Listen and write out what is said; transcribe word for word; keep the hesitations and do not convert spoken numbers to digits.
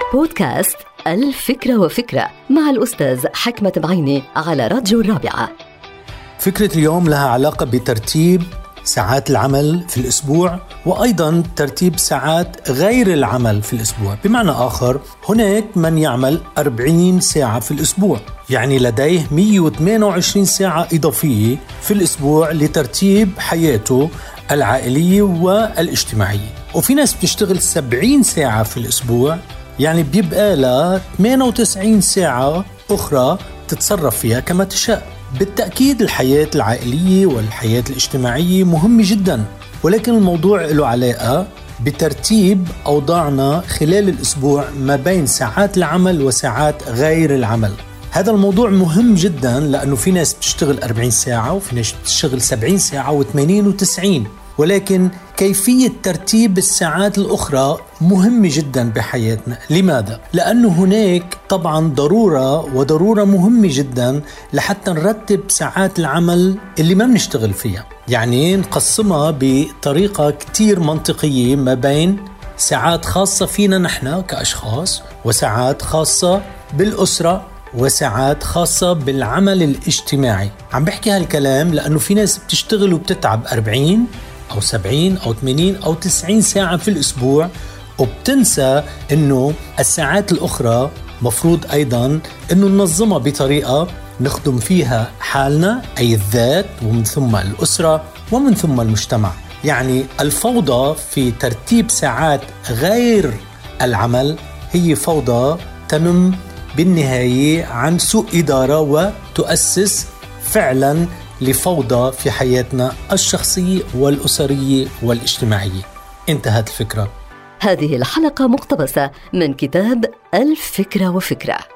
بودكاست الفكرة وفكرة مع الأستاذ حكمة بعيني على راديو الرابعة. فكرة اليوم لها علاقة بترتيب ساعات العمل في الأسبوع، وأيضا ترتيب ساعات غير العمل في الأسبوع. بمعنى آخر، هناك من يعمل أربعين ساعة في الأسبوع، يعني لديه مئة وثمانية وعشرين ساعة إضافية في الأسبوع لترتيب حياته العائلية والاجتماعية. وفي ناس بتشتغل سبعين ساعة في الأسبوع، يعني بيبقى لها ثمانية وتسعين ساعة أخرى تتصرف فيها كما تشاء. بالتأكيد الحياة العائلية والحياة الاجتماعية مهمة جدا، ولكن الموضوع له علاقة بترتيب أوضاعنا خلال الأسبوع ما بين ساعات العمل وساعات غير العمل. هذا الموضوع مهم جدا، لأنه في ناس بتشتغل أربعين ساعة وفي ناس بتشتغل سبعين ساعة وثمانين وتسعين، ولكن كيفية ترتيب الساعات الأخرى مهمة جدا بحياتنا. لماذا؟ لأنه هناك طبعا ضرورة وضرورة مهمة جدا لحتى نرتب ساعات العمل اللي ما بنشتغل فيها، يعني نقسمها بطريقة كتير منطقية ما بين ساعات خاصة فينا نحن كأشخاص، وساعات خاصة بالأسرة، وساعات خاصة بالعمل الاجتماعي. عم بحكي هالكلام لأنه في ناس بتشتغل وبتتعب أربعين أو سبعين أو ثمانين أو تسعين ساعة في الأسبوع، وبتنسى أنه الساعات الأخرى مفروض أيضا أنه ننظمها بطريقة نخدم فيها حالنا، أي الذات، ومن ثم الأسرة، ومن ثم المجتمع. يعني الفوضى في ترتيب ساعات غير العمل هي فوضى تنم بالنهاية عن سوء إدارة، وتؤسس فعلا لفوضى في حياتنا الشخصية والأسرية والاجتماعية. انتهت الفكرة. هذه الحلقة مقتبسة من كتاب الفكرة وفكرة.